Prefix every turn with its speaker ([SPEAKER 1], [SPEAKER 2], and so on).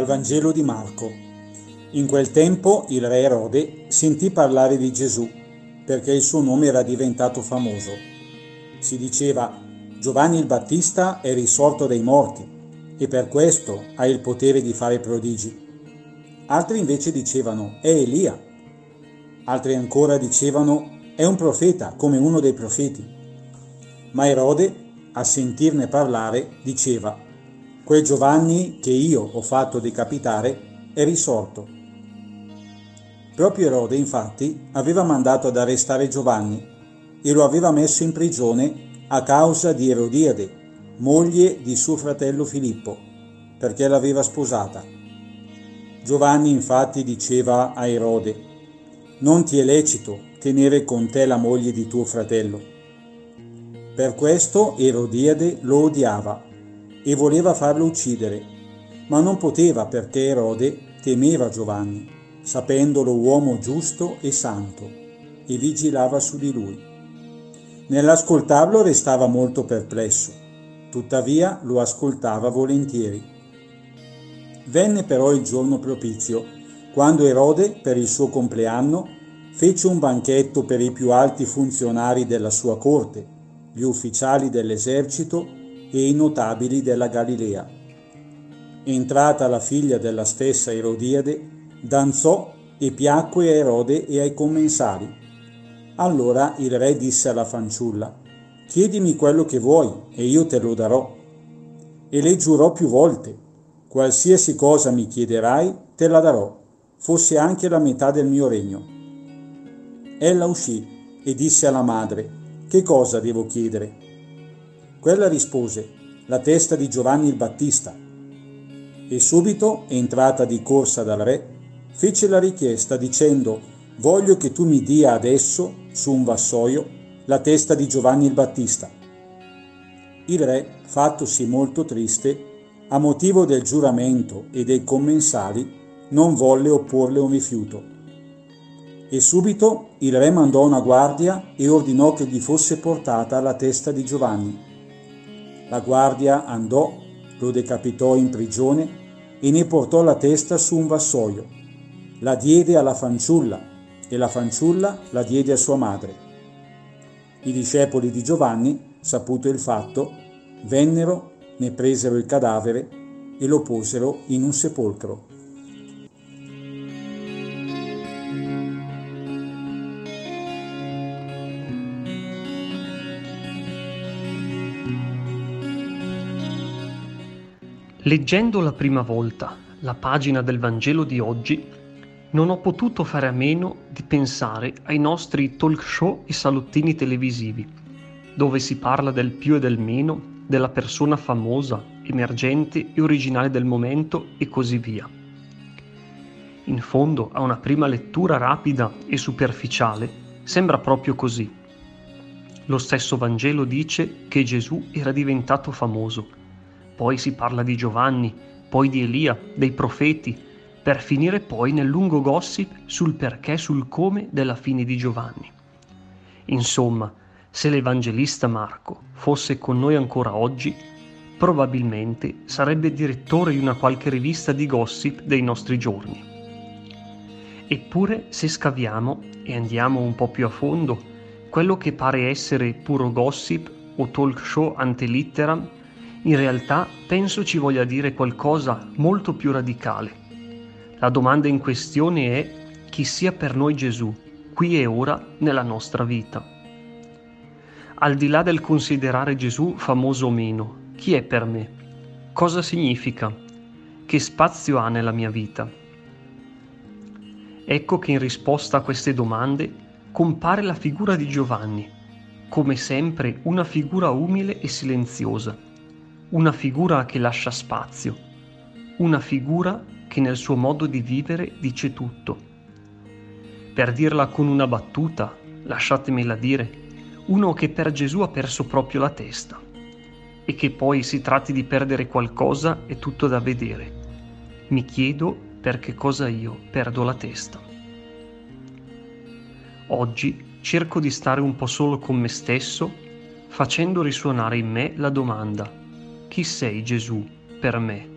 [SPEAKER 1] Dal Vangelo di Marco. In quel tempo il re Erode sentì parlare di Gesù, perché il suo nome era diventato famoso. Si diceva: Giovanni il Battista è risorto dai morti e per questo ha il potere di fare prodigi. Altri invece dicevano: è Elia. Altri ancora dicevano: è un profeta, come uno dei profeti. Ma Erode, a sentirne parlare, diceva: quel Giovanni che io ho fatto decapitare è risorto. Proprio Erode, infatti, aveva mandato ad arrestare Giovanni e lo aveva messo in prigione a causa di Erodiade, moglie di suo fratello Filippo, perché l'aveva sposata. Giovanni infatti diceva a Erode: non ti è lecito tenere con te la moglie di tuo fratello. Per questo Erodiade lo odiava e voleva farlo uccidere, ma non poteva perché Erode temeva Giovanni, sapendolo uomo giusto e santo, e vigilava su di lui. Nell'ascoltarlo restava molto perplesso, tuttavia lo ascoltava volentieri. Venne però il giorno propizio, quando Erode, per il suo compleanno, fece un banchetto per i più alti funzionari della sua corte, gli ufficiali dell'esercito e i notabili della Galilea. Entrata la figlia della stessa Erodiade, danzò e piacque a Erode e ai commensali. Allora il re disse alla fanciulla: chiedimi quello che vuoi e io te lo darò. E lei giurò più volte: qualsiasi cosa mi chiederai te la darò, fosse anche la metà del mio regno. Ella uscì e disse alla madre: che cosa devo chiedere? Quella rispose: la testa di Giovanni il Battista. E subito, entrata di corsa dal re, fece la richiesta dicendo: voglio che tu mi dia adesso, su un vassoio, la testa di Giovanni il Battista. Il re, fattosi molto triste, a motivo del giuramento e dei commensali, non volle opporle un rifiuto. E subito il re mandò una guardia e ordinò che gli fosse portata la testa di Giovanni. La guardia andò, lo decapitò in prigione e ne portò la testa su un vassoio. La diede alla fanciulla e la fanciulla la diede a sua madre. I discepoli di Giovanni, saputo il fatto, vennero, ne presero il cadavere e lo posero in un sepolcro.
[SPEAKER 2] Leggendo la prima volta la pagina del Vangelo di oggi, non ho potuto fare a meno di pensare ai nostri talk show e salottini televisivi, dove si parla del più e del meno, della persona famosa, emergente e originale del momento e così via. In fondo, a una prima lettura rapida e superficiale, sembra proprio così. Lo stesso Vangelo dice che Gesù era diventato famoso. Poi si parla di Giovanni, poi di Elia, dei profeti, per finire poi nel lungo gossip sul perché e sul come della fine di Giovanni. Insomma, se l'Evangelista Marco fosse con noi ancora oggi, probabilmente sarebbe direttore di una qualche rivista di gossip dei nostri giorni. Eppure, se scaviamo e andiamo un po' più a fondo, quello che pare essere puro gossip o talk show ante litteram, in realtà penso ci voglia dire qualcosa molto più radicale. La domanda in questione è: chi sia per noi Gesù, qui e ora nella nostra vita? Al di là del considerare Gesù famoso o meno, chi è per me? Cosa significa? Che spazio ha nella mia vita? Ecco che in risposta a queste domande compare la figura di Giovanni, come sempre una figura umile e silenziosa. Una figura che lascia spazio, una figura che nel suo modo di vivere dice tutto. Per dirla con una battuta, lasciatemela dire, uno che per Gesù ha perso proprio la testa. E che poi si tratti di perdere qualcosa è tutto da vedere. Mi chiedo per che cosa io perdo la testa. Oggi cerco di stare un po' solo con me stesso, facendo risuonare in me la domanda: chi sei Gesù per me?